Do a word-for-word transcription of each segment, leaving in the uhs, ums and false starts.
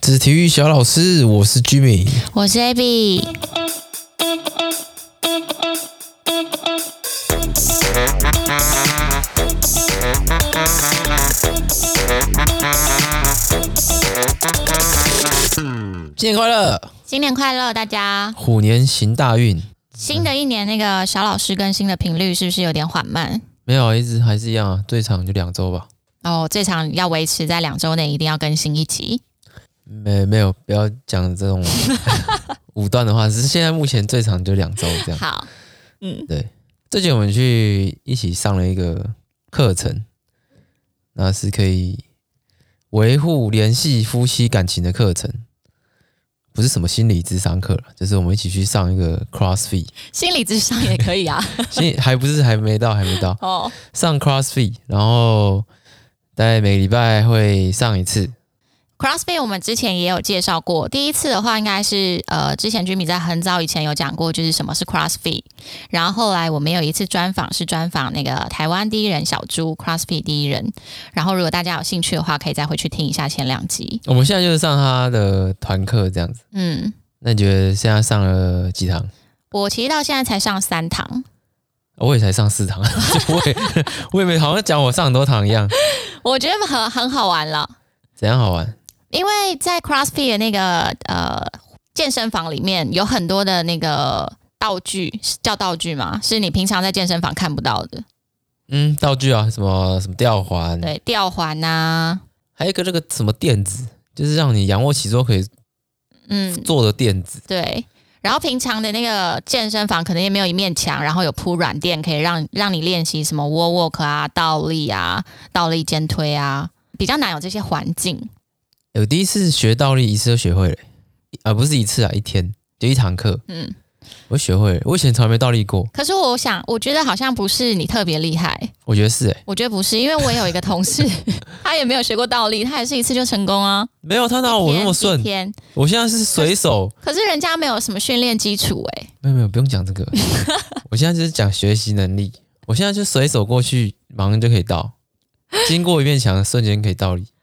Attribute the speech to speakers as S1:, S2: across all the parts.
S1: 这是体育小老师，我是 Jimmy，
S2: 我是 Abby。
S1: 新年快乐！
S2: 新年快乐，大家！
S1: 虎年行大运。
S2: 新的一年，那个小老师更新的频率是不是有点缓慢？
S1: 没有，一直还是一样啊，最长就两周吧。
S2: 哦，最长要维持在两周内，一定要更新一集。
S1: 没没有，不要讲这种武断的话，只是现在目前最长就两周这样。
S2: 好，嗯，
S1: 对，最近我们去一起上了一个课程，那是可以维护联系夫妻感情的课程，不是什么心理咨商课了，就是我们一起去上一个 CrossFit，
S2: 心理咨商也可以啊，
S1: 心还不是还没到，还没到
S2: 哦，
S1: 上 CrossFit， 然后大概每个礼拜会上一次。
S2: CrossFit 我们之前也有介绍过，第一次的话应该是呃，之前 Jimmy 在很早以前有讲过，就是什么是 CrossFit， 然后后来我们有一次专访是专访那个台湾第一人小猪 CrossFit 第一人，然后如果大家有兴趣的话，可以再回去听一下前两集。
S1: 我们现在就是上他的团课这样子，嗯，那你觉得现在上了几堂？
S2: 我其实到现在才上三堂，
S1: 我也才上四堂，我也我也没好像讲我上很多堂一样。
S2: 我觉得很很好玩了。
S1: 怎样好玩？
S2: 因为在 CrossFit 的那个呃健身房里面有很多的那个道具，叫道具吗？是你平常在健身房看不到的。
S1: 嗯，道具啊，什么什么吊环，
S2: 对，吊环啊，
S1: 还有一个那个什么垫子，就是让你仰卧起坐可以嗯做的垫子。
S2: 对，然后平常的那个健身房可能也没有一面墙，然后有铺软垫，可以让让你练习什么 wall walk 啊、倒立啊、倒立肩推啊，比较难有这些环境。
S1: 我第一次学倒立，一次就学会了，啊，不是一次啊，一天就一堂课，嗯，我学会了。我以前从来没倒立过。
S2: 可是我想，我觉得好像不是你特别厉害。
S1: 我觉得是哎、欸，
S2: 我觉得不是，因为我有一个同事，他也没有学过倒立，他也是一次就成功啊。
S1: 没有他哪有我那么顺。
S2: 天，
S1: 我现在是随手。
S2: 可是人家没有什么训练基础哎、欸。
S1: 没有没有，不用讲这个。我现在就是讲学习能力。我现在就随手过去，马上就可以倒，经过一面墙，瞬间可以倒立。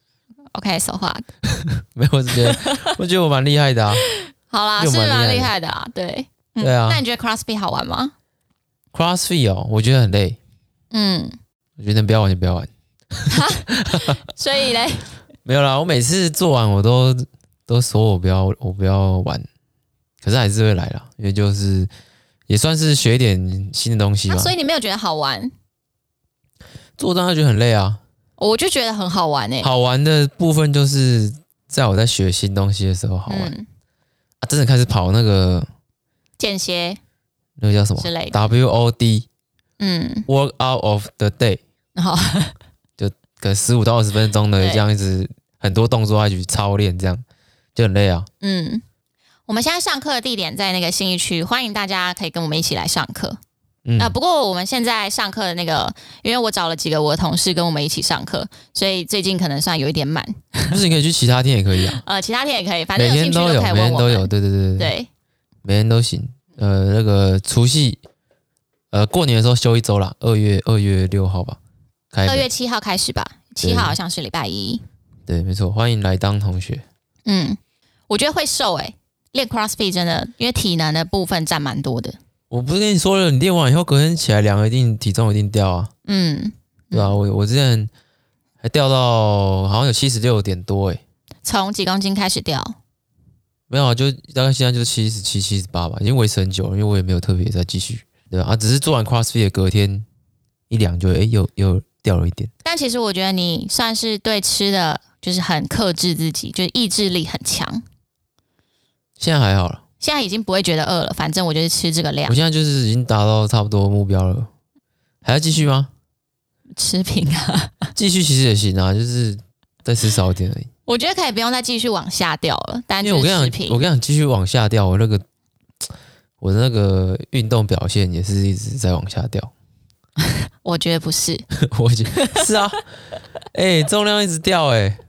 S2: OK， 手画的。
S1: 没有，我觉得我觉得我蛮厉害的啊。
S2: 好啦，是蛮厉害的啊，对。
S1: 嗯、对啊。
S2: 那你觉得 CrossFit 好玩吗
S1: ？CrossFit 哦，我觉得很累。嗯，我觉得不要玩就不要玩。
S2: 所以嘞，
S1: 没有啦，我每次做完我都都说我不要，我不要玩，可是还是会来啦，因为就是也算是学一点新的东西嘛。
S2: 啊、所以你没有觉得好玩？
S1: 做当然觉得很累啊。
S2: 我就觉得很好玩诶、欸。
S1: 好玩的部分就是在我在学新东西的时候好玩、嗯、啊！真的开始跑那个
S2: 间歇，
S1: 那个叫什么
S2: 之类的
S1: W O D， 嗯 ，Work Out of the Day，
S2: 好，
S1: 就可能十五到二十分钟的这样一直很多动作要去操练，这样就很累啊。
S2: 嗯，我们现在上课的地点在那个信义区，欢迎大家可以跟我们一起来上课。嗯、呃，不过我们现在上课的那个，因为我找了几个我的同事跟我们一起上课，所以最近可能算有一点满。
S1: 不是，你可以去其他天也可以啊。
S2: 呃，其他天也可以，反正有
S1: 每天都有，每天都有，对对对对
S2: 对，
S1: 每天都行。呃，那个除夕，呃，过年的时候休一周啦，二月二月六号吧，开
S2: 二月七号开始吧，七号好像是礼拜一。
S1: 对，没错，欢迎来当同学。
S2: 嗯，我觉得会瘦诶、欸，练 CrossFit 真的，因为体能的部分占蛮多的。
S1: 我不是跟你说了，你练完以后隔天起来量一定体重一定掉啊，嗯，对吧、啊？我我之前还掉到好像有七十六点多诶，
S2: 从几公斤开始掉？
S1: 没有啊，就大概现在就是七十七、七十八吧，已经维持很久了，因为我也没有特别再继续，对吧？啊，只是做完 CrossFit 的隔天一量就诶又又掉了一点。
S2: 但其实我觉得你算是对吃的就是很克制自己，就是意志力很强。
S1: 现在还好了。
S2: 现在已经不会觉得饿了，反正我就是吃这个量。
S1: 我现在就是已经达到差不多目标了，还要继续吗？
S2: 持平啊，
S1: 继续其实也行啊，就是再吃少一点而已。
S2: 我觉得可以不用再继续往下掉了，但
S1: 因为我跟你讲，我跟你讲，继续往下掉，我那个我的那个运动表现也是一直在往下掉。
S2: 我觉得不是，
S1: 我觉得是啊，哎、欸，重量一直掉哎、欸。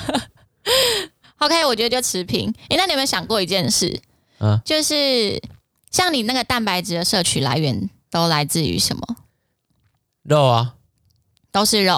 S2: OK， 我觉得就持平。哎、欸，那你有没有想过一件事？啊，就是像你那个蛋白质的摄取来源都来自于什么？
S1: 肉啊，
S2: 都是肉。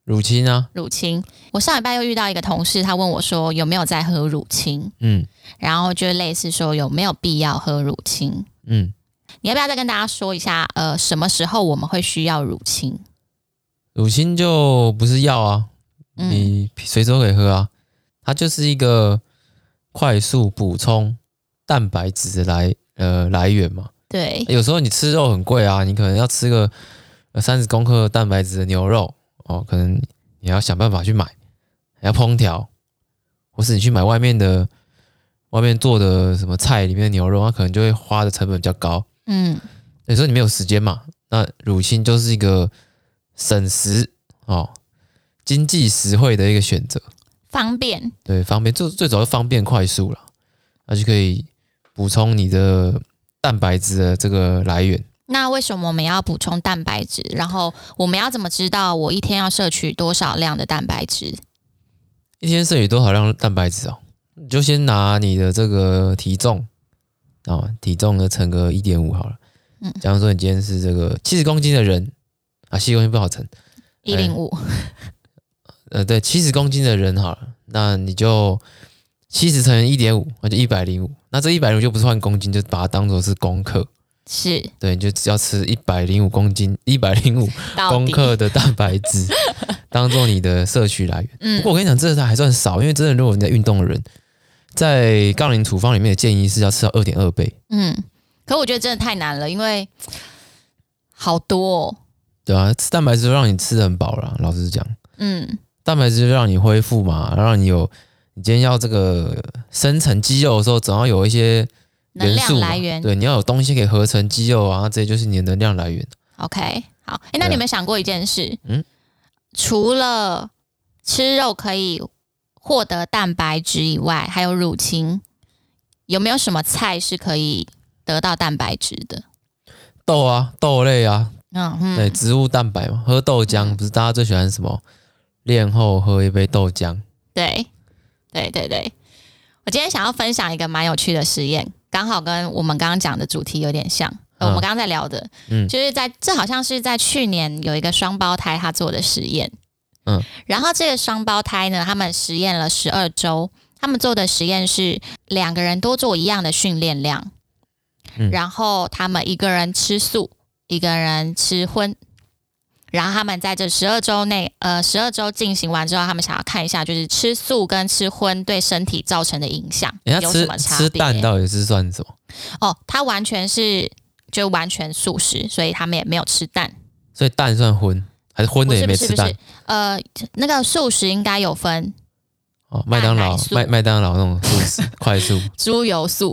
S1: 乳清啊，
S2: 乳清。我上礼拜又遇到一个同事，他问我说有没有在喝乳清，
S1: 嗯
S2: 然后就类似说有没有必要喝乳清。
S1: 嗯，
S2: 你要不要再跟大家说一下，呃，什么时候我们会需要乳清？
S1: 乳清就不是药啊，
S2: 嗯
S1: 你随时都可以喝啊，它就是一个快速补充蛋白质的来呃来源嘛。
S2: 对，
S1: 有时候你吃肉很贵啊，你可能要吃个三十公克蛋白质的牛肉哦，可能你要想办法去买，还要烹调，或是你去买外面的外面做的什么菜里面的牛肉，它可能就会花的成本比较高。
S2: 嗯，
S1: 有时候你没有时间嘛，那乳清就是一个省时哦、经济实惠的一个选择，
S2: 方便。
S1: 对，方便，最最主要是方便快速啦，那就可以补充你的蛋白质的这个来源。
S2: 那为什么我们要补充蛋白质？然后我们要怎么知道我一天要摄取多少量的蛋白质？
S1: 一天摄取多少量蛋白质哦？你就先拿你的这个体重哦，体重呢乘个 一点五 好了。嗯，假如说你今天是这个七十公斤的人啊，七十公斤不好乘，
S2: 一百零五。
S1: 呃，对，七十公斤的人好了，那你就七十乘以 一点五， 那就一百零五。那这一百零五就不是换公斤，就把它当做是公克。
S2: 是，
S1: 对，你就只要吃一百零五公斤、一百零五
S2: 到底
S1: 公克的蛋白质，当做你的摄取来源。
S2: 嗯
S1: 不过我跟你讲，这个还算少，因为真的，如果你在运动的人，在杠铃处方里面的建议是要吃到 二点二倍。
S2: 嗯，可我觉得真的太难了，因为好多哦。
S1: 对啊，吃蛋白质就让你吃得很饱了。老实讲，
S2: 嗯，
S1: 蛋白质就让你恢复嘛，让你有你今天要这个生成肌肉的时候，总要有一些
S2: 能
S1: 元素嘛
S2: 量来源。
S1: 对，你要有东西可以合成肌肉啊，这些就是你的能量来源。
S2: OK， 好，哎，那你有没有想过一件事？
S1: 嗯，
S2: 除了吃肉可以获得蛋白质以外，还有乳清，有没有什么菜是可以得到蛋白质的？
S1: 豆啊，豆类啊，
S2: 嗯嗯，
S1: 对，植物蛋白嘛，喝豆浆、
S2: 嗯
S1: 不是大家最喜欢什么？练后喝一杯豆浆。
S2: 对，对对对。我今天想要分享一个蛮有趣的实验，刚好跟我们刚刚讲的主题有点像。呃我们刚刚在聊的，
S1: 嗯
S2: 就是在这好像是在去年有一个双胞胎他做的实验，
S1: 嗯，
S2: 然后这个双胞胎呢，他们实验了十二周，他们做的实验是两个人都做一样的训练量，
S1: 嗯
S2: 然后他们一个人吃素，一个人吃荤，然后他们在这十二周内，呃，十二周进行完之后，他们想要看一下，就是吃素跟吃荤对身体造成的影响有
S1: 人家吃
S2: 什么差别？
S1: 吃蛋到底是算什么？
S2: 哦，他完全是就完全素食，所以他们也没有吃蛋。
S1: 所以蛋算荤，还是荤的也没
S2: 不是不是不是
S1: 吃蛋？，
S2: 呃，那个素食应该有分
S1: 哦，麦当劳
S2: 蛋奶素
S1: 麦麦当劳那种素食快速。
S2: 猪油素。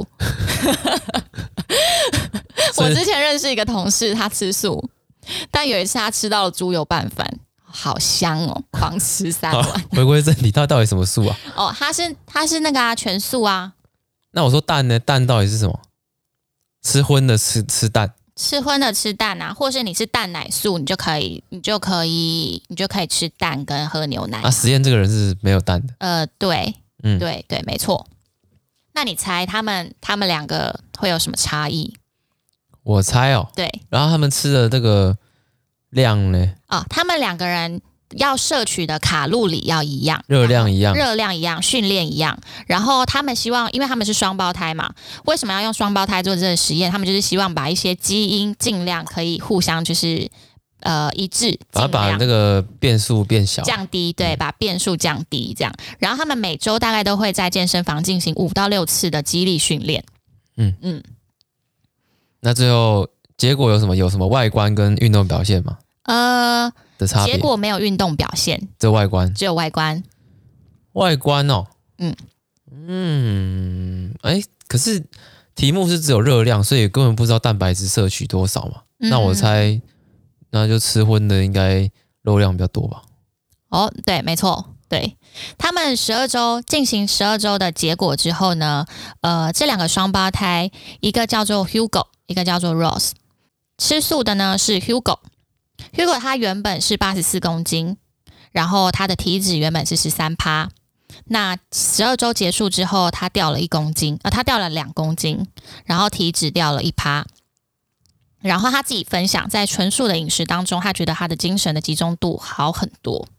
S2: 我
S1: 所以
S2: 之前认识一个同事，他吃素，但有一次他吃到了猪油拌饭，好香哦，狂吃三
S1: 好
S2: 碗。
S1: 回归正题，它到底什么素啊？
S2: 哦，他是他是那个啊全素啊，
S1: 那我说蛋呢？蛋到底是什么？吃荤的吃吃蛋，
S2: 吃荤的吃蛋啊，或是你是蛋奶素，你就可以你就可以你就可以吃蛋跟喝牛奶。
S1: 啊，实验这个人是没有蛋的。
S2: 呃，对，
S1: 嗯，
S2: 对对，没错。那你猜他们他们两个会有什么差异？
S1: 我猜哦。
S2: 对
S1: 然后他们吃的这个量呢，
S2: 啊、他们两个人要摄取的卡路里要一样，
S1: 热量一样。
S2: 热量一样，训练一样。然后他们希望，因为他们是双胞胎嘛，为什么要用双胞胎做这个实验？他们就是希望把一些基因尽量可以互相就是呃一致，
S1: 把它
S2: 尽量
S1: 把那个变数变小。
S2: 降低，对，把变数降低这样。然后他们每周大概都会在健身房进行五到六次的肌力训练。
S1: 嗯
S2: 嗯，
S1: 那最后结果有什么？有什么外观跟运动表现吗？
S2: 呃，
S1: 的差别？
S2: 结果没有运动表现，
S1: 这外观，
S2: 只有外观。
S1: 外观哦，
S2: 嗯
S1: 嗯，哎，可是题目是只有热量，所以根本不知道蛋白质摄取多少嘛。
S2: 嗯
S1: 那我猜，那就吃荤的应该肉量比较多吧？
S2: 哦，对，没错，对他们十二周进行十二周的结果之后呢，呃，这两个双胞胎，一个叫做 Hugo， 一个叫做 Ross。吃素的呢是 Hugo，Hugo 他原本是八十四公斤，然后他的体脂原本是十三趴。那十二周结束之后，他掉了一公斤，呃，他掉了两公斤，然后体脂掉了一趴。然后他自己分享，在纯素的饮食当中，他觉得他的精神的集中度好很多。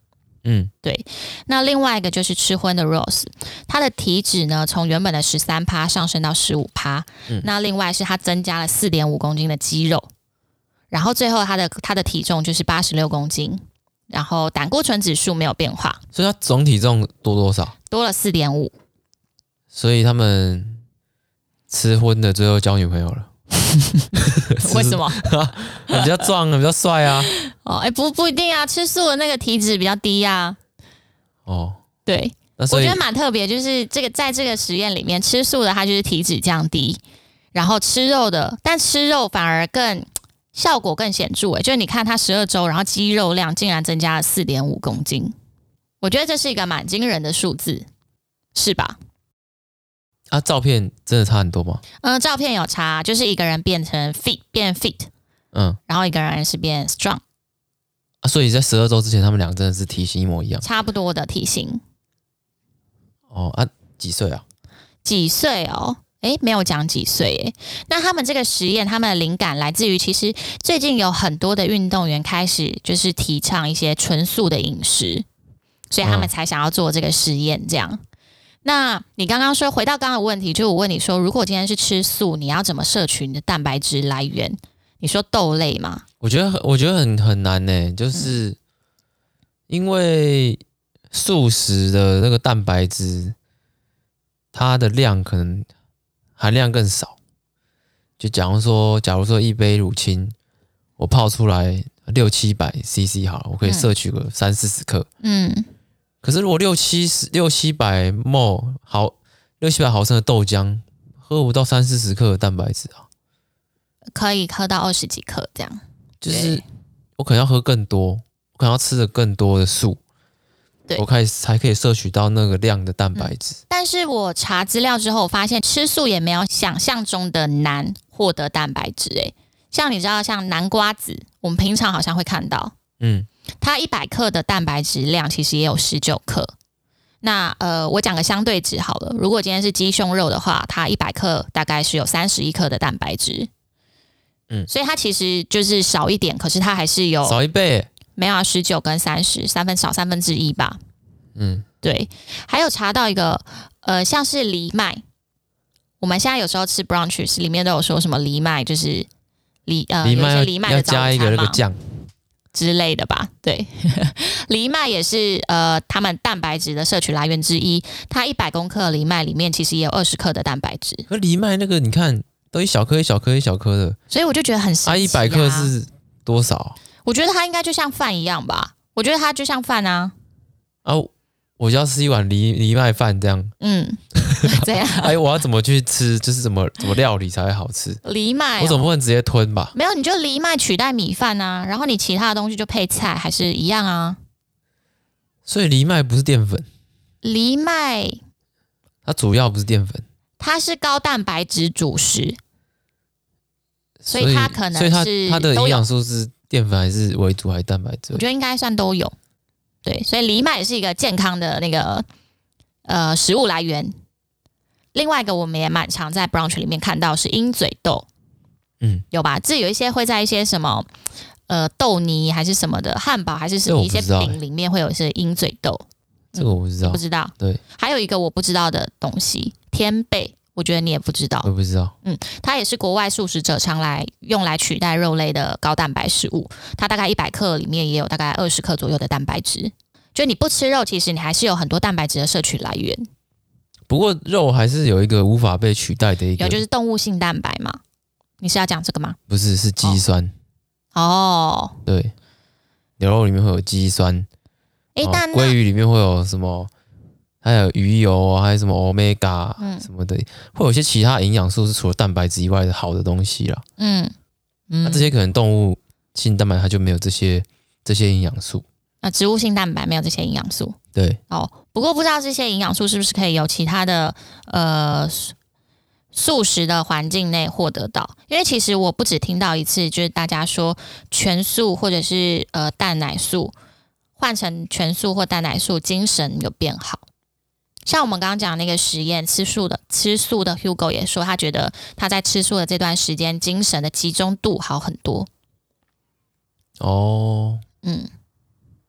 S1: 嗯，
S2: 对。那另外一个就是吃荤的 Rose， 它的体脂呢从原本的 百分之十三 上升到 百分之十五。嗯，那另外是它增加了 四点五公斤的肌肉，然后最后它的它的体重就是八十六公斤，然后胆固醇指数没有变化，
S1: 所以它总体重多多少？
S2: 多了 四点五。
S1: 所以他们吃荤的最后交女朋友了。
S2: 为什么？
S1: 比较壮，比较帅啊。
S2: 哦，哎、欸，不不一定啊，吃素的那个体脂比较低啊。
S1: 哦，
S2: 对，我觉得蛮特别，就是这个在这个实验里面，吃素的它就是体脂降低，然后吃肉的，但吃肉反而更效果更显著。哎，就是你看它十二周，然后肌肉量竟然增加了 四点五公斤，我觉得这是一个蛮惊人的数字，是吧？
S1: 啊，照片真的差很多吗？
S2: 嗯，照片有差，就是一个人变成 fit 变 fit， 嗯，然后一个人是变 strong。
S1: 啊，所以在十二周之前，他们俩真的是体型一模一样，
S2: 差不多的体型。
S1: 哦啊，几岁啊？
S2: 几岁哦？诶，没有讲几岁诶。那他们这个实验，他们的灵感来自于，其实最近有很多的运动员开始就是提倡一些纯素的饮食，所以他们才想要做这个实验，这样。嗯，那你刚刚说回到刚刚的问题，就我问你说，如果今天是吃素，你要怎么摄取你的蛋白质来源？你说豆类吗？
S1: 我觉得我觉得很很难呢，就是因为素食的那个蛋白质，它的量可能含量更少。就假如说，假如说一杯乳清，我泡出来六七百 C C 好了，我可以摄取个三四十克。嗯。可是如果六七十六七百 ml 毫六七百毫升的豆浆，喝不到三四十克的蛋白质啊，
S2: 可以喝到二十几克这样。
S1: 就是我可能要喝更多，我可能要吃的更多的素，我开始才可以摄取到那个量的蛋白质。
S2: 嗯，但是我查资料之后，我发现吃素也没有想象中的难获得蛋白质。诶，像你知道，像南瓜子，我们平常好像会看到，嗯。它一百克的蛋白质量其实也有十九克。那呃，我讲个相对值好了。如果今天是鸡胸肉的话，它一百克大概是有三十一克的蛋白质。嗯，所以它其实就是少一点，可是它还是有
S1: 少一倍。
S2: 没有啊，十九跟三十，三分少三分之一吧。嗯，对。还有查到一个呃，像是藜麦，我们现在有时候吃 brunch 里面都有说什么藜麦，就是藜呃
S1: 藜麦
S2: 有些藜麦的早餐嘛，
S1: 要加一个那个酱
S2: 之类的吧，对，藜麦也是呃他们蛋白质的摄取来源之一。它一百公克藜麦里面其实也有二十克的蛋白质。
S1: 可藜麦那个你看都一小颗一小颗一小颗的，
S2: 所以我就觉得很神奇啊。
S1: 一百克是多少？
S2: 我觉得它应该就像饭一样吧。我觉得它就像饭啊。
S1: 啊，我就要吃一碗藜藜麦饭这样。嗯，
S2: 这样。
S1: 哎，我要怎么去吃？就是怎么怎么料理才会好吃？
S2: 藜麦、哦，
S1: 我总不能直接吞吧？
S2: 没有，你就藜麦取代米饭啊，然后你其他的东西就配菜，还是一样啊。
S1: 所以藜麦不是淀粉。
S2: 藜麦
S1: 它主要不是淀粉，
S2: 它是高蛋白质主食，所以它可能是
S1: 所以它它的营养素是淀粉还是为主还是蛋白质？
S2: 我觉得应该算都有。对，所以藜麦也是一个健康的那个呃食物来源。另外一个我们也蛮常在 brunch 里面看到是鹰嘴豆，嗯，有吧？这有一些会在一些什么呃豆泥还是什么的汉堡还是什么一些饼里面会有一些鹰嘴豆，
S1: 这个我不知道，
S2: 不知道。
S1: 对，
S2: 还有一个我不知道的东西，天贝，我觉得你也不知道，
S1: 我不知道。
S2: 嗯，它也是国外素食者常来用来取代肉类的高蛋白食物，它大概一百克里面也有大概二十克左右的蛋白质。就你不吃肉，其实你还是有很多蛋白质的摄取来源。
S1: 不过肉还是有一个无法被取代的一个，
S2: 有就是动物性蛋白嘛。你是要讲这个吗？
S1: 不是，是肌酸。
S2: 哦，
S1: 对，牛肉里面会有肌酸。
S2: 诶，
S1: 哦、
S2: 但
S1: 鲑鱼里面会有什么？还有鱼油啊，还有什么 omega 什么的，嗯、会有一些其他营养素是除了蛋白质以外的好的东西啦。嗯嗯，那这些可能动物性蛋白它就没有这些这些营养素。
S2: 呃，植物性蛋白没有这些营养素。
S1: 对。
S2: 哦，不过不知道这些营养素是不是可以由其他的呃素食的环境内获得到？因为其实我不只听到一次，就是大家说全素或者是呃蛋奶素换成全素或蛋奶素，精神有变好。像我们刚刚讲那个实验，吃素的吃素的 Hugo 也说，他觉得他在吃素的这段时间，精神的集中度好很多。
S1: 哦，嗯，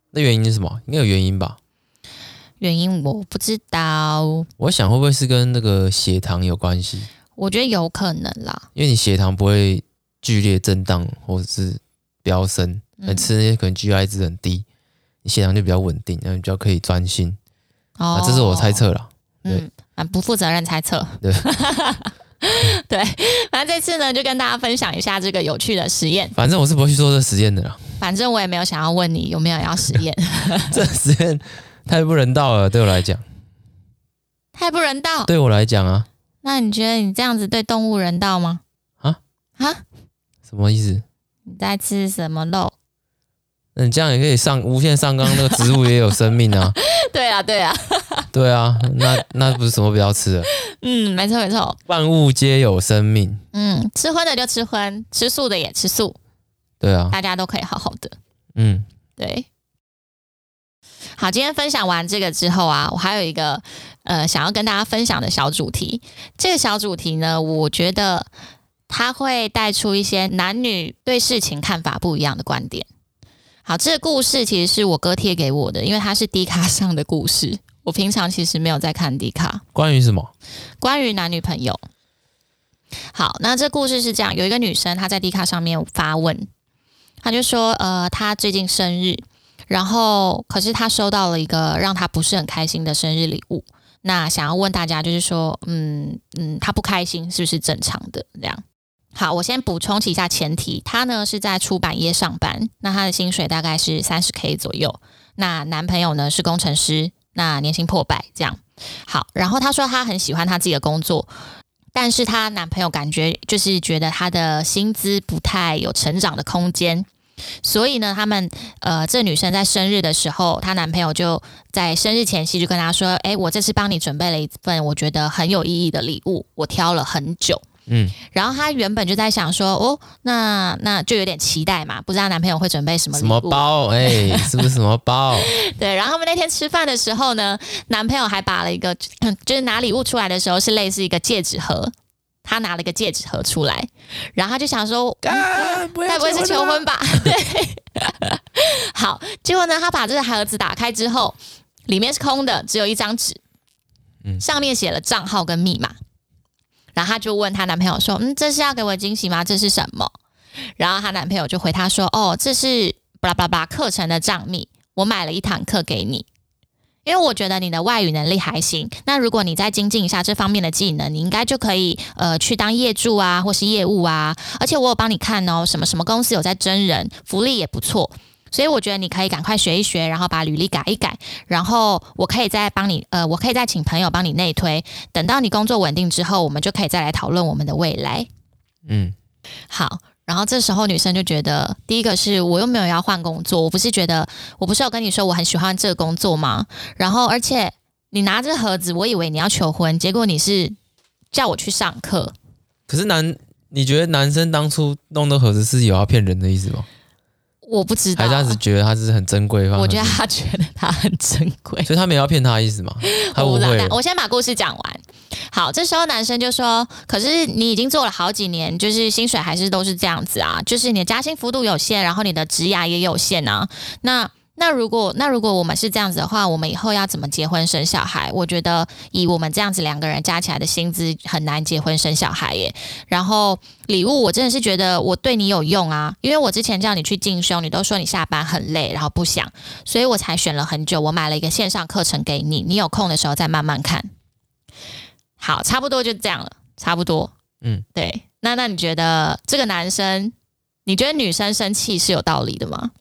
S1: 那原因是什么？应该有原因吧？
S2: 原因我不知道，
S1: 我想会不会是跟那个血糖有关系？
S2: 我觉得有可能啦，
S1: 因为你血糖不会剧烈震荡或者是飙升，那、嗯、吃那些可能 G I 值很低，你血糖就比较稳定，那比较可以专心。哦、啊，这是我猜测啦。
S2: 嗯，啊，不负责任猜测。
S1: 对。
S2: 对，反正这次呢，就跟大家分享一下这个有趣的实验。
S1: 反正我是不会去做这实验的啦。
S2: 反正我也没有想要问你有没有要实验。
S1: 这实验太不人道了，对我来讲。
S2: 太不人道？
S1: 对我来讲啊。
S2: 那你觉得你这样子对动物人道吗？
S1: 啊
S2: 啊？
S1: 什么意思？
S2: 你在吃什么肉？
S1: 那你这样也可以上无限上纲，那个植物也有生命啊。
S2: 对啊，对啊。
S1: 对啊，那那不是什么不要吃的？
S2: 嗯，没错没错，
S1: 万物皆有生命。
S2: 嗯，吃荤的就吃荤，吃素的也吃素。
S1: 对啊，
S2: 大家都可以好好的。
S1: 嗯，
S2: 对。好，今天分享完这个之后啊，我还有一个呃想要跟大家分享的小主题。这个小主题呢，我觉得它会带出一些男女对事情看法不一样的观点。好，这个故事其实是我哥贴给我的，因为它是 D 卡上的故事。我平常其实没有在看 D 卡。
S1: 关于什么？
S2: 关于男女朋友。好，那这故事是这样：有一个女生她在 D 卡上面发问，她就说，呃，她最近生日，然后可是她收到了一个让她不是很开心的生日礼物。那想要问大家，就是说，嗯嗯，她不开心是不是正常的？这样。好，我先补充一下前提，她呢是在出版业上班，那她的薪水大概是 三十K 左右。那男朋友呢是工程师。那年薪破百这样。好，然后她说她很喜欢她自己的工作，但是她男朋友感觉就是觉得她的薪资不太有成长的空间，所以呢他们呃这女生在生日的时候，她男朋友就在生日前夕就跟她说，诶，我这次帮你准备了一份我觉得很有意义的礼物，我挑了很久。嗯，然后她原本就在想说，哦，那那就有点期待嘛，不知道男朋友会准备什么礼物，
S1: 什么包？哎、欸，是不是什么包？
S2: 对，然后他们那天吃饭的时候呢，男朋友还把了一个，就是拿礼物出来的时候是类似一个戒指盒，他拿了一个戒指盒出来，然后他就想说，该不会是求婚吧？对，好，结果呢，他把这个盒子打开之后，里面是空的，只有一张纸，上面写了账号跟密码。然后她就问她男朋友说，嗯，这是要给我惊喜吗？这是什么？然后她男朋友就回她说，哦，这是巴拉巴拉课程的账密，我买了一堂课给你，因为我觉得你的外语能力还行，那如果你再精进一下这方面的技能，你应该就可以呃去当业助啊，或是业务啊，而且我有帮你看哦，什么什么公司有在征人，福利也不错。所以我觉得你可以赶快学一学，然后把履历改一改，然后我可以再帮你，呃，我可以再请朋友帮你内推，等到你工作稳定之后，我们就可以再来讨论我们的未来。嗯，好。然后这时候女生就觉得，第一个是我又没有要换工作，我不是觉得，我不是有跟你说我很喜欢这个工作吗？然后而且你拿着盒子，我以为你要求婚，结果你是叫我去上课。
S1: 可是男，你觉得男生当初弄的盒子是有要骗人的意思吗？
S2: 我不知道，
S1: 还是他只觉得他是很珍贵？
S2: 我觉得他觉得他很珍贵，
S1: 所以他没有要骗他的意思吗？他误会。
S2: 我先把故事讲完。好，这时候男生就说：“可是你已经做了好几年，就是薪水还是都是这样子啊，就是你的加薪幅度有限，然后你的职涯也有限啊。那那如果那如果我们是这样子的话，我们以后要怎么结婚生小孩？我觉得以我们这样子两个人加起来的薪资很难结婚生小孩耶。然后礼物，我真的是觉得我对你有用啊，因为我之前叫你去进修，你都说你下班很累，然后不想，所以我才选了很久，我买了一个线上课程给你，你有空的时候再慢慢看。好，差不多就这样了，差不多。嗯，对。那那你觉得这个男生，你觉得女生生气是有道理的吗？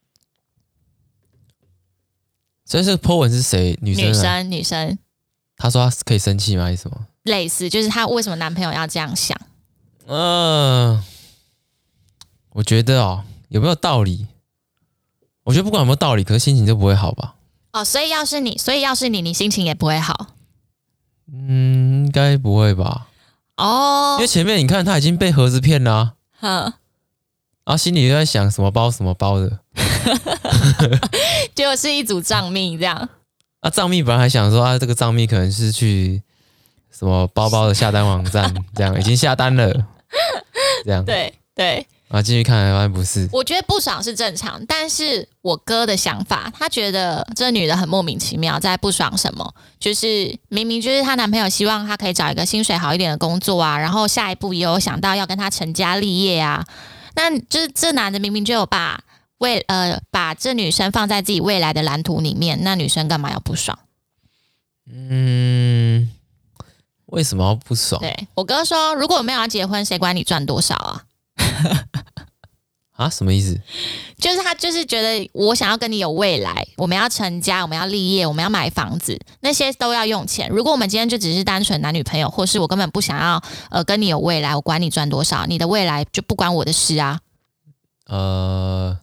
S1: 所以这个 po 文是谁？女生？女
S2: 生，女生。
S1: 她说她可以生气吗？还是什么？
S2: 类似，就是她为什么男朋友要这样想？
S1: 嗯、呃，我觉得哦，有没有道理？我觉得不管有没有道理，可是心情就不会好吧？
S2: 哦，所以要是你，所以要是你，你心情也不会好。
S1: 嗯，应该不会吧？哦，因为前面你看他已经被盒子骗了、啊，嗯，然后心里就在想什么包什么包的，
S2: 结果是一组账密这样。
S1: 啊，账密本来还想说啊，这个账密可能是去什么包包的下单网站，这样已经下单了，这样。
S2: 对对。
S1: 啊，进去看来发现不是。
S2: 我觉得不爽是正常，但是我哥的想法，他觉得这女的很莫名其妙，在不爽什么？就是明明就是她男朋友希望她可以找一个薪水好一点的工作啊，然后下一步也有想到要跟她成家立业啊，那就是这男的明明就有把未呃把这女生放在自己未来的蓝图里面，那女生干嘛要不爽？
S1: 嗯，为什么要不爽？
S2: 对我哥说，如果我没有要结婚，谁管你赚多少啊？
S1: 啊，什么意思？
S2: 就是他就是觉得我想要跟你有未来，我们要成家，我们要立业，我们要买房子，那些都要用钱。如果我们今天就只是单纯男女朋友，或是我根本不想要呃跟你有未来，我管你赚多少，你的未来就不关我的事啊。
S1: 呃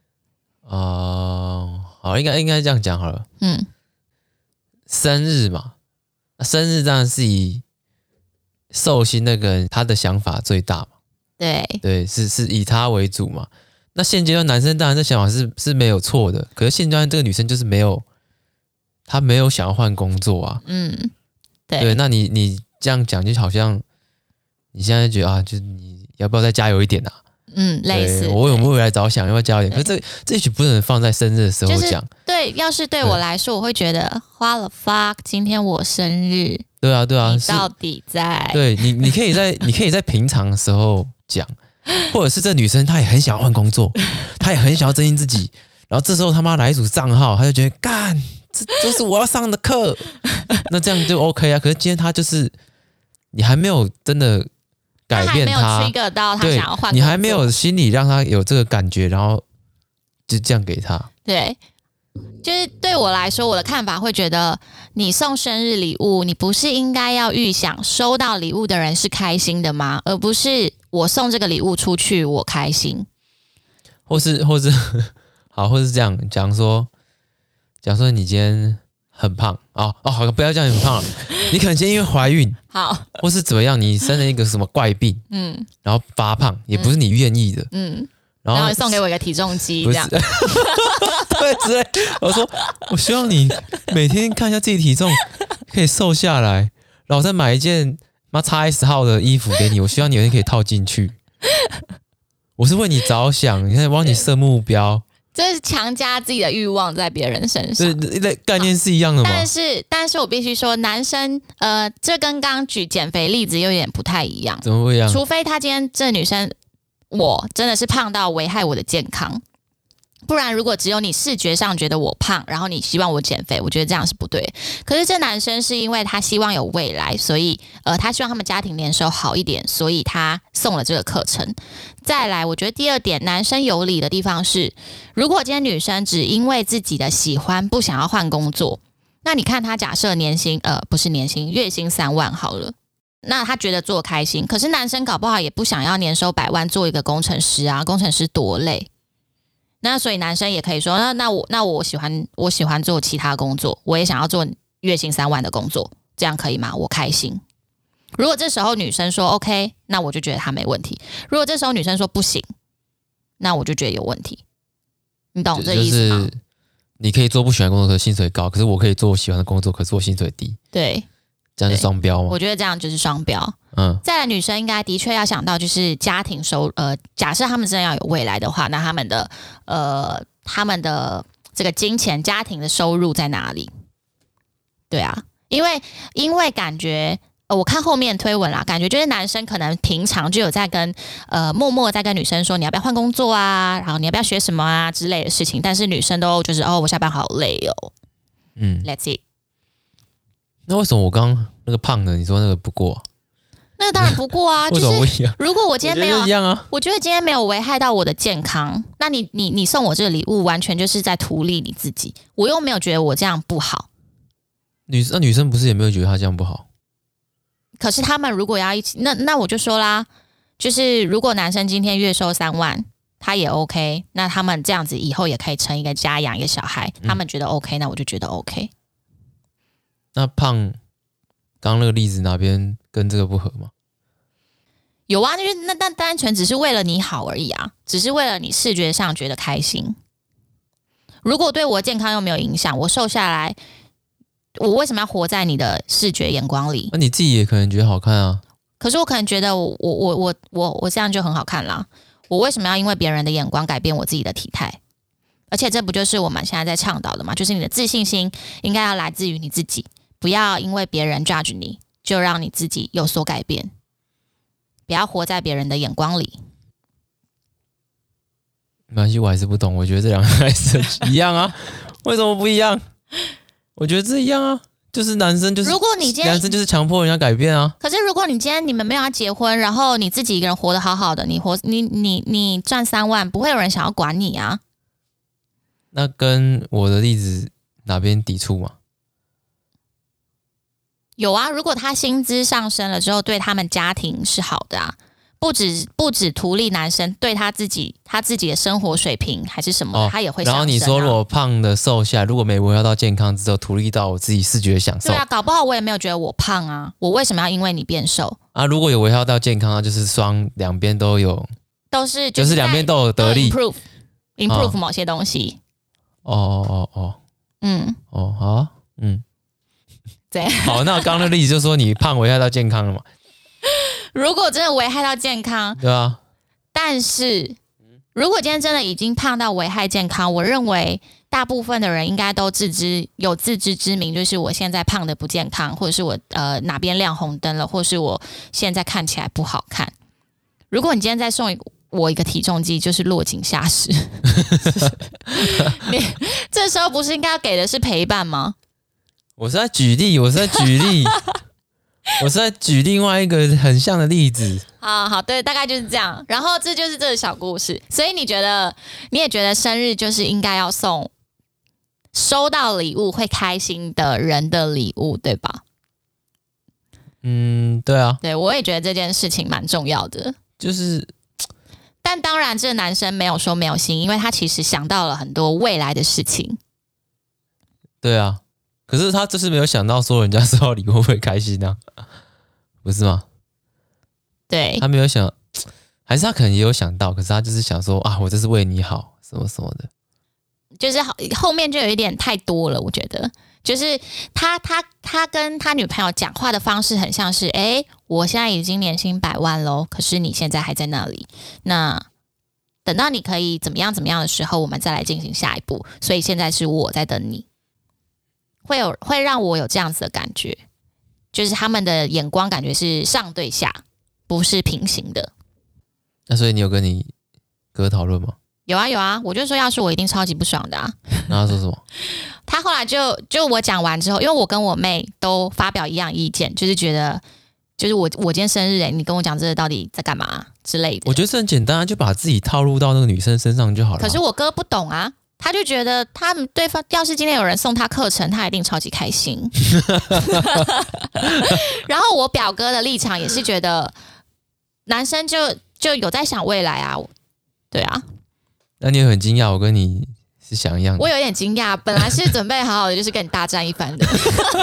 S1: 呃，好，应该应该这样讲好了。
S2: 嗯，
S1: 生日嘛，生日当然是以寿星那个人他的想法最大嘛。
S2: 对
S1: 对，是是以他为主嘛。那现阶段男生当然这想法是是没有错的，可是现阶段这个女生就是没有，她没有想要换工作啊。
S2: 嗯，对
S1: 对，那你你这样讲就好像你现在觉得啊，就是你要不要再加油一点啊？
S2: 嗯，类似
S1: 我有没有未来着想，要不要加油一点？可是这这也许不能放在生日的时候讲。
S2: 就是、对，要是对我来说，我会觉得花了 fuck， 今天我生日。
S1: 对啊，对啊，
S2: 你到底在？
S1: 对你，你可以在你可以在平常的时候讲，或者是这女生她也很想要换工作，她也很想要增进自己，然后这时候他妈来一组账号，她就觉得干，这就是我要上的课，那这样就 OK 啊。可是今天她就是你还没有真的改变她，
S2: 他还没有 trigger 到他想要换工作，
S1: 你还没有心里让她有这个感觉，然后就这样给她。
S2: 对。就是对我来说，我的看法会觉得，你送生日礼物，你不是应该要预想收到礼物的人是开心的吗？而不是我送这个礼物出去，我开心，
S1: 或是或是好，或是这样讲说，讲说你今天很胖哦哦，好，不要这样很胖了，你可能今天因为怀孕，
S2: 好，
S1: 或是怎么样，你生了一个什么怪病，
S2: 嗯，
S1: 然后发胖，也不是你愿意的，
S2: 嗯，
S1: 然后
S2: 然后送给我一个体重机，这样。
S1: 对，之类。我说，我希望你每天看一下自己体重，可以瘦下来，然后再买一件妈 X S 号的衣服给你。我希望你有一天可以套进去。我是为你着想，你看帮你设目标，
S2: 这是强加自己的欲望在别人身上。
S1: 这概念是一样的吗？
S2: 但是，但是我必须说，男生，呃，这跟刚刚举减肥例子有点不太一样。
S1: 怎么不一样？
S2: 除非他今天这女生，我真的是胖到危害我的健康。不然，如果只有你视觉上觉得我胖，然后你希望我减肥，我觉得这样是不对。可是这男生是因为他希望有未来，所以呃，他希望他们家庭年收好一点，所以他送了这个课程。再来，我觉得第二点，男生有理的地方是，如果今天女生只因为自己的喜欢不想要换工作，那你看他假设年薪呃不是年薪，月薪三万好了。那他觉得做开心，可是男生搞不好也不想要年收百万做一个工程师啊，工程师多累。那所以男生也可以说，那那我那我喜欢我喜欢做其他工作，我也想要做月薪三万的工作，这样可以吗？我开心。如果这时候女生说 OK， 那我就觉得她没问题。如果这时候女生说不行，那我就觉得有问题。你懂这意思吗？
S1: 就是你可以做不喜欢的工作，可是薪水高；可是我可以做我喜欢的工作，可是我薪水低。
S2: 对，
S1: 这样是双标吗？
S2: 我觉得这样就是双标。
S1: 嗯，
S2: 再来，女生应该的确要想到，就是家庭收呃，假设他们真的要有未来的话，那他们的呃，他们的这个金钱家庭的收入在哪里？对啊，因为因为感觉。呃，我看后面推文啦，感觉就是男生可能平常就有在跟呃默默在跟女生说你要不要换工作啊，然后你要不要学什么啊之类的事情，但是女生都就是哦，我下班好累哦，嗯 ，Let's see。
S1: 那为什么我刚刚那个胖的，你说那个不过、啊？
S2: 那当然不过啊，
S1: 为什么不一样？
S2: 如果我今天没有
S1: 一样啊，
S2: 我觉得今天没有危害到我的健康，那你你你送我这个礼物，完全就是在图利你自己，我又没有觉得我这样不好。
S1: 女那女生不是也没有觉得她这样不好？
S2: 可是他们如果要一起，那那我就说啦，就是如果男生今天月收三万，他也 OK， 那他们这样子以后也可以成一个家，养一个小孩，他们觉得 OK，、嗯、那我就觉得 OK。
S1: 那胖，刚刚那个例子哪边跟这个不合吗？
S2: 有啊，就是那那单纯只是为了你好而已啊，只是为了你视觉上觉得开心。如果对我健康又没有影响，我瘦下来。我为什么要活在你的视觉眼光里？
S1: 那你自己也可能觉得好看啊。
S2: 可是我可能觉得我我我我我我这样就很好看啦。 我为什么要因为别人的眼光改变我自己的体态？而且这不就是我们现在在倡导的吗？就是你的自信心应该要来自于你自己，不要因为别人 judge 你就让你自己有所改变，不要活在别人的眼光里。
S1: 没关系，我还是不懂，我觉得这两个还是一样啊，为什么不一样？我觉得这一样啊，就是男生就是
S2: 如果你今天
S1: 男生就是强迫人家改变啊。
S2: 可是如果你今天你们没有要结婚，然后你自己一个人活得好好的，你活你你你赚三万，不会有人想要管你啊。
S1: 那跟我的例子哪边抵触吗？
S2: 有啊，如果他薪资上升了之后，对他们家庭是好的啊，不止不止图利男生，对他自己他自己的生活水平还是什么，哦、他也会上升、啊。
S1: 然后你说，如果胖的瘦下来，如果没维护到健康之后，图利到我自己视觉享受，
S2: 对啊，搞不好我也没有觉得我胖啊，我为什么要因为你变瘦
S1: 啊？如果有维护到健康，那就是双两边都有，
S2: 都是
S1: 就是两边都有得利
S2: ，improve improve、哦、某些东西。
S1: 哦哦哦，
S2: 嗯，
S1: 哦好、啊，嗯。
S2: 对，
S1: 好，那我刚刚的例子就说你胖危害到健康了嘛？
S2: 如果真的危害到健康，
S1: 对啊。
S2: 但是如果今天真的已经胖到危害健康，我认为大部分的人应该都自知有自知之明，就是我现在胖的不健康，或者是我呃哪边亮红灯了，或是我现在看起来不好看。如果你今天再送我一个体重计，就是落井下石。你这时候不是应该要给的是陪伴吗？
S1: 我是在举例，我是在举例，我是在举另外一个很像的例子。
S2: 好好，对，大概就是这样。然后这就是这个小故事。所以你觉得，你也觉得生日就是应该要送收到礼物会开心的人的礼物，对吧？
S1: 嗯，对啊。
S2: 对，我也觉得这件事情蛮重要的。
S1: 就是，
S2: 但当然，这个男生没有说没有心，因为他其实想到了很多未来的事情。
S1: 对啊。可是他就是没有想到说人家收到礼物会开心啊，不是吗？
S2: 对，
S1: 他没有想，还是他可能也有想到，可是他就是想说啊，我这是为你好，什么什么的，
S2: 就是后面就有一点太多了，我觉得，就是他他他跟他女朋友讲话的方式很像是，哎，我现在已经年薪百万喽，可是你现在还在那里，那等到你可以怎么样怎么样的时候，我们再来进行下一步，所以现在是我在等你。会有会让我有这样子的感觉，就是他们的眼光感觉是上对下，不是平行的。
S1: 那所以你有跟你哥讨论吗？
S2: 有啊有啊，我就说要是我一定超级不爽的啊。
S1: 那他说什么？
S2: 他后来就就我讲完之后，因为我跟我妹都发表一样意见，就是觉得就是我我今天生日哎，你跟我讲这个到底在干嘛之类的。
S1: 我觉得这很简单啊，就把自己套入到那个女生身上就好了。
S2: 可是我哥不懂啊。他就觉得他们对方要是今天有人送他课程，他一定超级开心。然后我表哥的立场也是觉得男生就就有在想未来啊，对啊。
S1: 那你也很惊讶，我跟你是想一样的。
S2: 我有点惊讶，本来是准备好好的就是跟你大战一番的，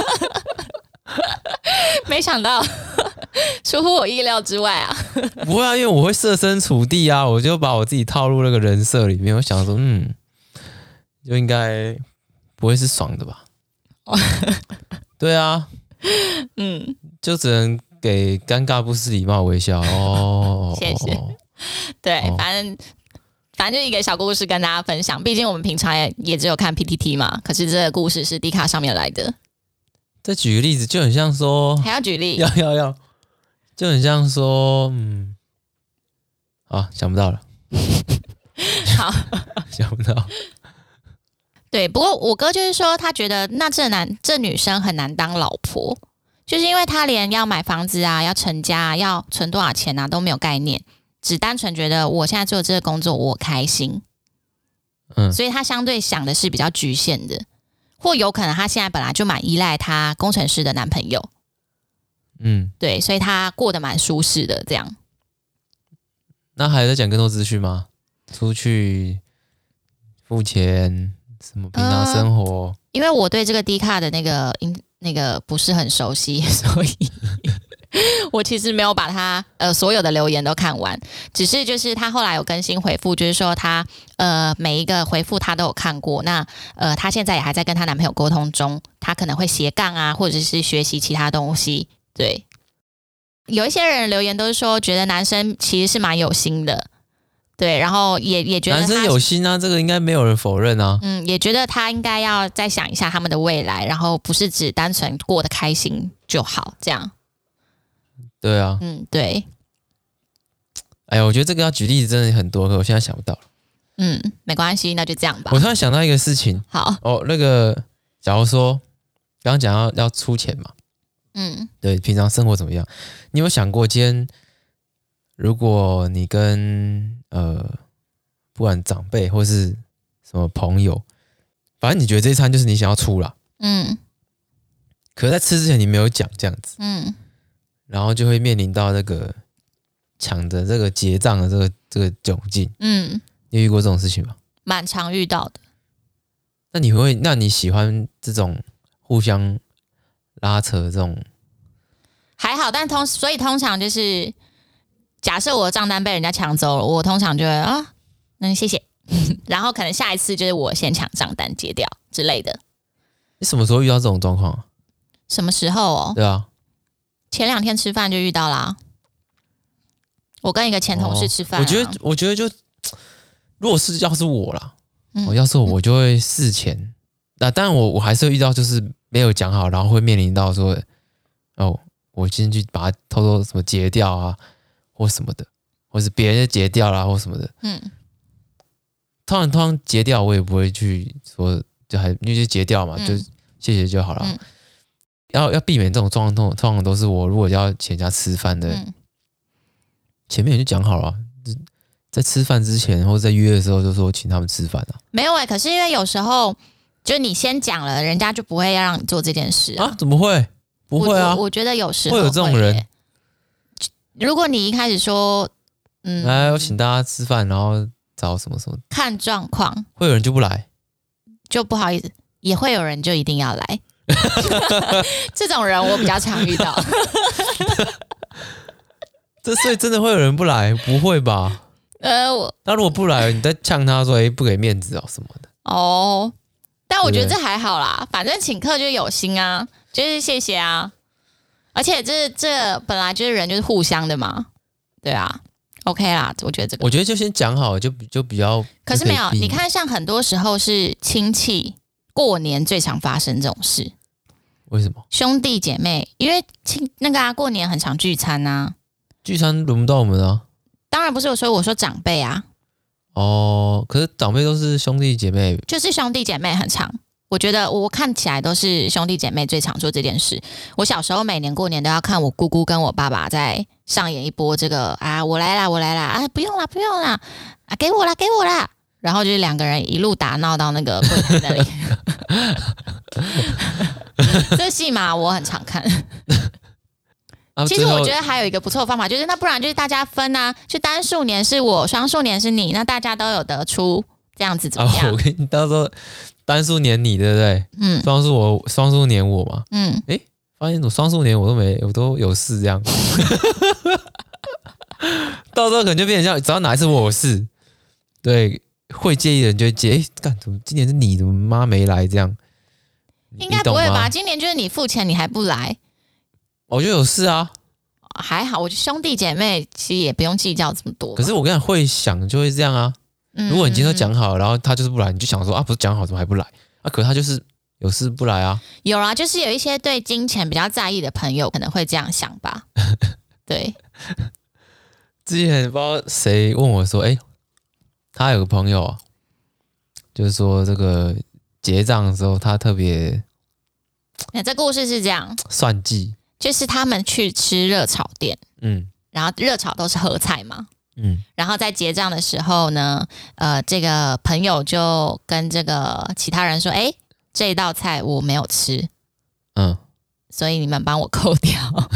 S2: 没想到出乎我意料之外啊。
S1: 不会啊，因为我会设身处地啊，我就把我自己套入那个人设里面，我想说，嗯。就应该不会是爽的吧？对啊，
S2: 嗯，
S1: 就只能给尴尬不失礼貌微笑哦。
S2: 谢谢。对，
S1: 哦、
S2: 反正反正就一个小故事跟大家分享。毕竟我们平常也也只有看 P T T 嘛，可是这个故事是 D 卡上面来的。
S1: 再举个例子，就很像说，
S2: 还要举例？
S1: 要要要，就很像说，嗯，啊，想不到了。
S2: 好，
S1: 想不到。
S2: 对，不过我哥就是说，他觉得那这男这女生很难当老婆，就是因为他连要买房子啊、要成家啊、要存多少钱啊都没有概念，只单纯觉得我现在做这个工作我开心，嗯，所以他相对想的是比较局限的，或有可能他现在本来就蛮依赖他工程师的男朋友，嗯，对，所以他过得蛮舒适的这样。
S1: 那还在讲更多资讯吗？出去付钱。什么平常生活、呃？
S2: 因为我对这个 D 卡的那个那个不是很熟悉，所以我其实没有把他呃所有的留言都看完。只是就是他后来有更新回复，就是说他呃每一个回复他都有看过。那呃他现在也还在跟他男朋友沟通中，他可能会斜杠啊，或者是学习其他东西。对，有一些人留言都是说觉得男生其实是蛮有心的。 对，然后也也觉得
S1: 男生有心啊，这个应该没有人否认啊。
S2: 嗯，也觉得他应该要再想一下他们的未来，然后不是只单纯过得开心就好，这样。
S1: 对啊，
S2: 嗯，对。
S1: 哎呀，我觉得这个要举例子真的很多，可我现在想不到了。
S2: 嗯，没关系，那就这样吧。
S1: 我突然想到一个事情，
S2: 好
S1: 哦，那个假如说刚刚讲要要出钱嘛，
S2: 嗯，
S1: 对，平常生活怎么样？你有没有想过，今天如果你跟呃不管长辈或是什么朋友，反正你觉得这一餐就是你想要出啦，
S2: 嗯，
S1: 可是在吃之前你没有讲这样子，
S2: 嗯，
S1: 然后就会面临到这个抢着这个结账的这个这个窘境。
S2: 嗯，
S1: 你有遇过这种事情吗？
S2: 蛮常遇到的。
S1: 那你会，那你喜欢这种互相拉扯这种？
S2: 还好，但通所以通常就是假设我的账单被人家抢走了，我通常就会啊，那谢谢，然后可能下一次就是我先抢账单结掉之类的。
S1: 你什么时候遇到这种状况啊？
S2: 什么时候哦？
S1: 对啊，
S2: 前两天吃饭就遇到啦。我跟一个前同事吃饭、啊
S1: 哦，我觉得，我觉得就如果是要是我啦，
S2: 嗯
S1: 我要是我，我就会事前，那、啊、当然我我还是会遇到就是没有讲好，然后会面临到说，哦，我今天去把它偷偷什么结掉啊，或什么的，或是别人就结掉啦，或什么的，
S2: 嗯，
S1: 通常通常结掉，我也不会去说，就还因为就结掉嘛，
S2: 嗯、
S1: 就谢谢就好了。
S2: 嗯、
S1: 要要避免这种状况，通通常都是我如果要请人家吃饭的。
S2: 嗯
S1: 前面就讲好了、啊，在吃饭之前或者在约的时候就说请他们吃饭啊。
S2: 没有哎、欸，可是因为有时候就你先讲了，人家就不会要让你做这件事 啊,
S1: 啊？怎么会？不会啊！
S2: 我, 我觉得有时候
S1: 会有这种人、欸。
S2: 如果你一开始说，嗯，
S1: 来我请大家吃饭，然后找什么什么，
S2: 看状况，
S1: 会有人就不来，
S2: 就不好意思，也会有人就一定要来。这种人我比较常遇到。
S1: 这所以真的会有人不来？不会吧？
S2: 呃，我
S1: 那如果不来，你再呛他说：“哎、欸，不给面子哦什么的。”
S2: 哦，但我觉得这还好啦，反正请客就有心啊，就是谢谢啊。而且这这本来就是人就是互相的嘛，对啊 ，OK 啦，我觉得这个，
S1: 我觉得就先讲好，就就比较。
S2: 可是没有，你看，像很多时候是亲戚过年最常发生这种事。
S1: 为什么？
S2: 兄弟姐妹，因为亲那个啊，过年很常聚餐啊。
S1: 聚餐轮不到我们啊！
S2: 当然不是我说，我说长辈啊。
S1: 哦，可是长辈都是兄弟姐妹，
S2: 就是兄弟姐妹很常。我觉得我看起来都是兄弟姐妹最常做这件事。我小时候每年过年都要看我姑姑跟我爸爸在上演一波这个啊，我来啦，我来啦，啊，不用啦，不用啦，啊，给我啦，给我啦。然后就是两个人一路打闹到那个柜台那里。这戏码我很常看。
S1: 啊、
S2: 其实我觉得还有一个不错的方法，就是那不然就是大家分啊，就单数年是我，双数年是你，那大家都有得出，这样子怎么样？
S1: 啊、我跟你到时候单数年你，对不对？嗯，双数我，双数年我嘛。嗯，哎，发现我双数年我都没，我都有事这样。到时候可能就变成像，只要哪一次我有事，对，会介意的人就会介，哎，干怎么今年是你，怎么妈没来这样？
S2: 应该不会吧？今年就是你付钱，你还不来。
S1: 我就有事啊，
S2: 还好，我觉得兄弟姐妹其实也不用计较这么多。
S1: 可是我跟你讲，会想就会这样啊。嗯、如果你今天都讲好，然后他就是不来，你就想说啊，不是讲好怎么还不来啊？可是他就是有事不来啊。
S2: 有啊，就是有一些对金钱比较在意的朋友可能会这样想吧。对，
S1: 之前不知道谁问我说，哎、欸，他有个朋友啊，就是说这个结账的时候，他特别，
S2: 那这故事是这样，
S1: 算计。
S2: 就是他们去吃热炒店，嗯，然后热炒都是合菜嘛，嗯，然后在结账的时候呢，呃，这个朋友就跟这个其他人说，哎，这道菜我没有吃，嗯，所以你们帮我扣掉。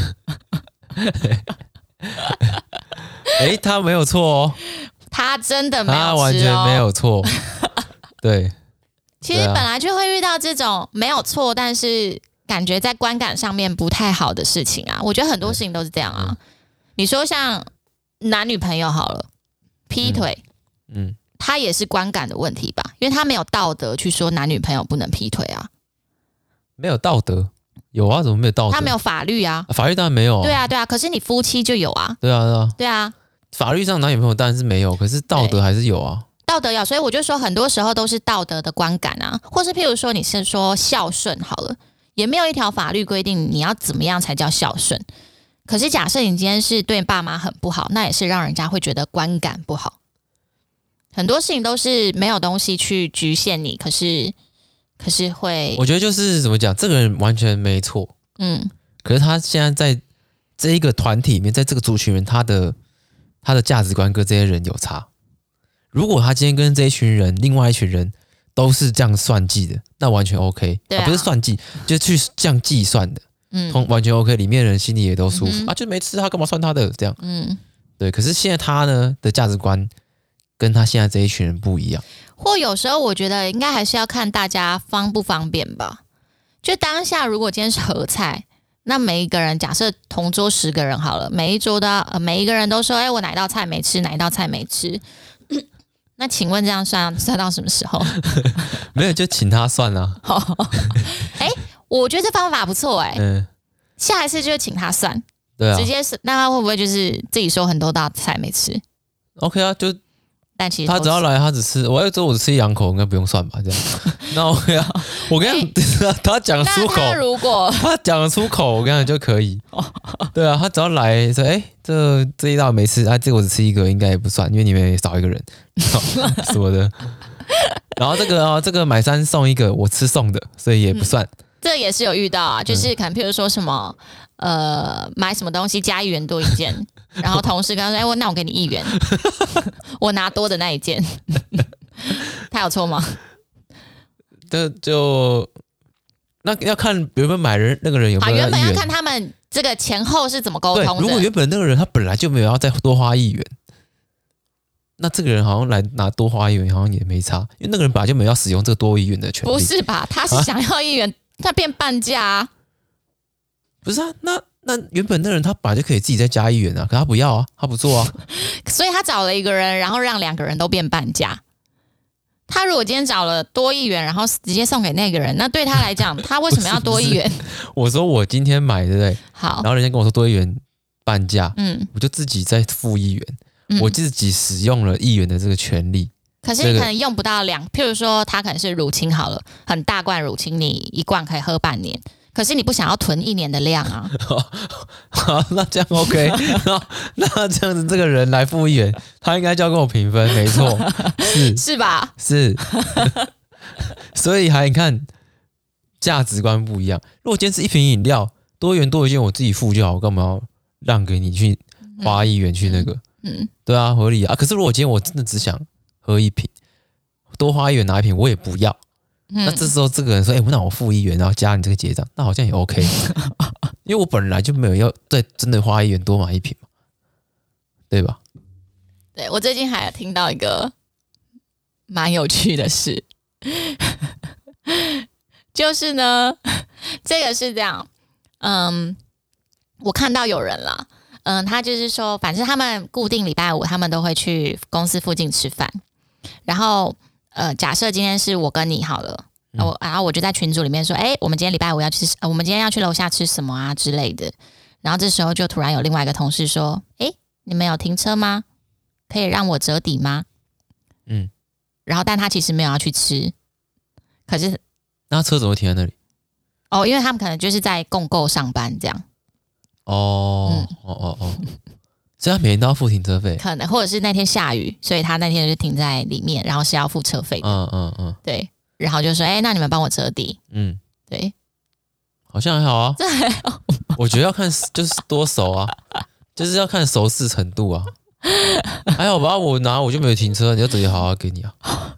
S1: 哎，他没有错哦，
S2: 他真的没有吃、哦，
S1: 他完全没有错，对。
S2: 其实本来就会遇到这种没有错，但是感觉在观感上面不太好的事情啊，我觉得很多事情都是这样啊。你说像男女朋友好了，劈腿，嗯，嗯他也是观感的问题吧？因为他没有道德去说男女朋友不能劈腿啊。
S1: 没有道德？有啊，怎么没有道德？
S2: 他没有法律啊，
S1: 法律当然没有、啊。
S2: 对啊，对啊，可是你夫妻就有啊。
S1: 对啊，对啊，
S2: 对啊。
S1: 法律上男女朋友当然是没有，可是道德还是有啊。
S2: 道德有，所以我就说很多时候都是道德的观感啊，或是譬如说你是说孝顺好了，也没有一条法律规定你要怎么样才叫孝顺。可是假设你今天是对爸妈很不好，那也是让人家会觉得观感不好。很多事情都是没有东西去局限你，可是可是会，
S1: 我觉得就是怎么讲，这个人完全没错，
S2: 嗯，
S1: 可是他现在在这一个团体里面，在这个族群人，他的他的价值观跟这些人有差。如果他今天跟这一群人，另外一群人都是这样算计的，那完全 OK，
S2: 对啊
S1: 啊、不是算计，就是去这样计算的，
S2: 嗯，
S1: 完全 OK， 里面的人心里也都舒服、
S2: 嗯、
S1: 啊，就没吃他干嘛算他的这样，
S2: 嗯，
S1: 对。可是现在他呢的价值观跟他现在这一群人不一样，
S2: 或有时候我觉得应该还是要看大家方不方便吧。就当下如果今天是合菜，那每一个人假设同桌十个人好了，每一桌都要、呃、每一个人都说，哎、欸，我哪一道菜没吃，哪一道菜没吃。那请问这样算算到什么时候？
S1: 没有就请他算啊。
S2: 哎、欸，我觉得这方法不错哎、欸。嗯，下一次就请他算，
S1: 对啊，
S2: 直接是那他会不会就是自己说很多道菜没吃
S1: ？OK 啊，就
S2: 但其实
S1: 他只要来，他只吃，我要说我只吃一两口，应该不用算吧？这样，那 OK 啊。我跟你讲，欸、他讲出口，
S2: 他如果
S1: 他讲出口，我跟你讲就可以。对啊，他只要来说，哎、欸，这这一道没吃，啊，这个我只吃一个，应该也不算，因为你们也少一个人什么的。然后这个啊，这个买三送一个，我吃送的，所以也不算。嗯、
S2: 这也是有遇到啊，就是可能譬如说什么，呃，买什么东西加一元多一件，然后同事跟他说，哎、欸，我那我给你一元，我拿多的那一件，他有错吗？
S1: 这就那要看原本买人那个人有没有要一元，
S2: 原本要看他们这个前后是怎么沟通的。
S1: 如果原本那个人他本来就没有要再多花一元，那这个人好像来拿多花一元好像也没差，因为那个人本来就没有要使用这个多一元的权利。
S2: 不是吧？他是想要一元，他、啊、变半价啊？
S1: 不是啊，那那原本那个人他本来就可以自己再加一元啊，可他不要啊，他不做啊，
S2: 所以他找了一个人，然后让两个人都变半价。他如果今天找了多一元，然后直接送给那个人，那对他来讲，他为什么要多一元？
S1: 我说我今天买，对不对？
S2: 好，
S1: 然后人家跟我说多一元半价，
S2: 嗯，
S1: 我就自己再付一元、嗯，我自己使用了一元的这个权利。
S2: 可是你可能用不到两，譬如说他可能是乳清好了，很大罐乳清，你一罐可以喝半年。可是你不想要囤一年的量啊？
S1: 好，那这样 OK 那。那这样子，这个人来付一元，他应该就要跟我平分，没错，是
S2: 是吧？
S1: 是。所以还你看，价值观不一样。如果今天是一瓶饮料，多一元多一件，我自己付就好，我干嘛要让给你去花一元去那个？嗯，嗯对啊，合理啊。可是如果今天我真的只想喝一瓶，多花一元拿一瓶，我也不要。那这时候这个人说：“哎、欸，那我付一元，然后加你这个结账，那好像也 OK， 因为我本来就没有要再真的花一元多买一瓶嘛，对吧？”
S2: 对，我最近还有听到一个蛮有趣的事，就是呢，这个是这样，嗯，我看到有人啦，嗯，他就是说，反正他们固定礼拜五，他们都会去公司附近吃饭，然后。呃，假设今天是我跟你好了，嗯、我然后我就在群组里面说，哎，我们今天礼拜五要去、呃，我们今天要去楼下吃什么啊之类的。然后这时候就突然有另外一个同事说，哎，你们有停车吗？可以让我折抵吗？嗯，然后但他其实没有要去吃，可是
S1: 那车怎么停在那里？
S2: 哦，因为他们可能就是在共购上班这样。
S1: 哦，嗯、哦哦哦。所以他每天都要付停车费，
S2: 可能或者是那天下雨，所以他那天就停在里面，然后是要付车费的。
S1: 嗯嗯嗯，
S2: 对，然后就说，哎、欸，那你们帮我折抵。嗯，对，
S1: 好像还好啊。
S2: 这还好，
S1: 我觉得要看就是多熟啊，就是要看熟识程度啊。还好吧，我拿我就没有停车，你要直接好好给你啊。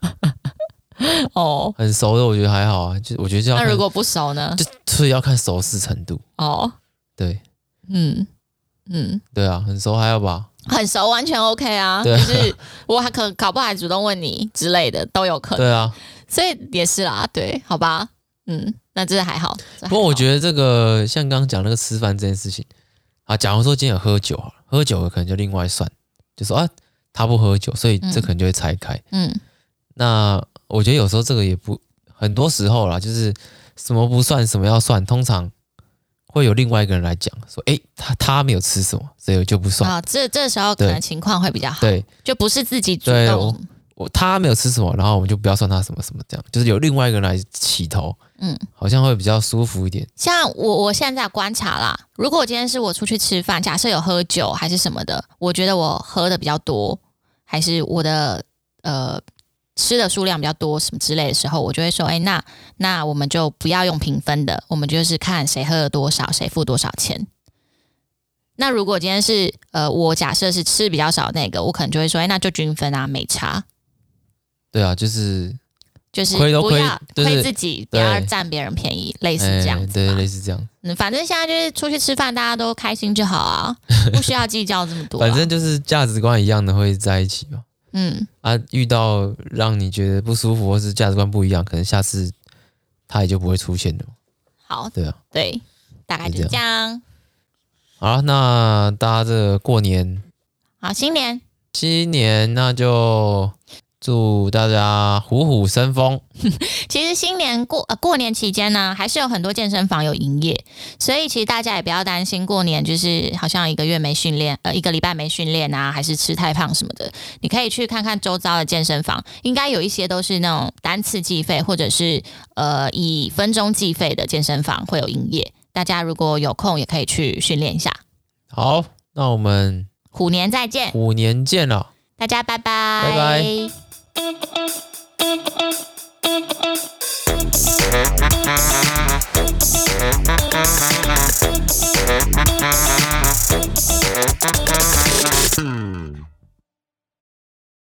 S1: 哦，很熟的我觉得还好啊，就我觉得这样。
S2: 那如果不熟呢？
S1: 就所以要看熟识程度。哦，对，
S2: 嗯。嗯，
S1: 对啊，很熟还好吧？
S2: 很熟完全 OK 啊，就是我还可搞不好还主动问你之类的都有可能。
S1: 对啊，
S2: 所以也是啦，对，好吧，嗯，那这还好。
S1: 不过我觉得这个像刚刚讲那个吃饭这件事情啊，假如说今天有喝酒，喝酒的可能就另外算，就说啊他不喝酒，所以这可能就会拆开。嗯，那我觉得有时候这个也不，很多时候啦，就是什么不算什么要算，通常会有另外一个人来讲说，哎，他他没有吃什么，所以我就不算
S2: 啊。这这时候可能情况会比较好，
S1: 对，
S2: 就不是自己主动。
S1: 我他没有吃什么，然后我们就不要算他什么什么，这样就是有另外一个人来起头，
S2: 嗯，
S1: 好像会比较舒服一点。
S2: 像我我现在观察啦，如果我今天是我出去吃饭，假设有喝酒还是什么的，我觉得我喝的比较多，还是我的呃吃的数量比较多什么之类的时候，我就会说，哎，那那我们就不要用平分的，我们就是看谁喝了多少，谁付多少钱。那如果今天是呃我假设是吃比较少那个，我可能就会说，哎，那就均分啊，没差。
S1: 对啊，就是
S2: 就是
S1: 亏都亏，
S2: 亏自己，不要占别人便宜，类似这样子。
S1: 对，类似这样。
S2: 嗯，反正现在就是出去吃饭，大家都开心就好啊，不需要计较这么多、啊。
S1: 反正就是价值观一样的会在一起嘛。
S2: 嗯
S1: 啊，遇到让你觉得不舒服或是价值观不一样，可能下次他也就不会出现了。
S2: 好，
S1: 对啊，
S2: 对，大概就是这样。
S1: 好，那大家这个过年，
S2: 好，新年，
S1: 新年那就。祝大家虎虎生风。
S2: 其实新年过呃过年期间呢，还是有很多健身房有营业，所以其实大家也不要担心过年就是好像一个月没训练，呃一个礼拜没训练啊，还是吃太胖什么的。你可以去看看周遭的健身房，应该有一些都是那种单次计费或者是呃以分钟计费的健身房会有营业。大家如果有空也可以去训练一下。
S1: 好，那我们
S2: 虎年再见，
S1: 虎年见了，
S2: 大家拜拜，
S1: 拜拜。Thank you.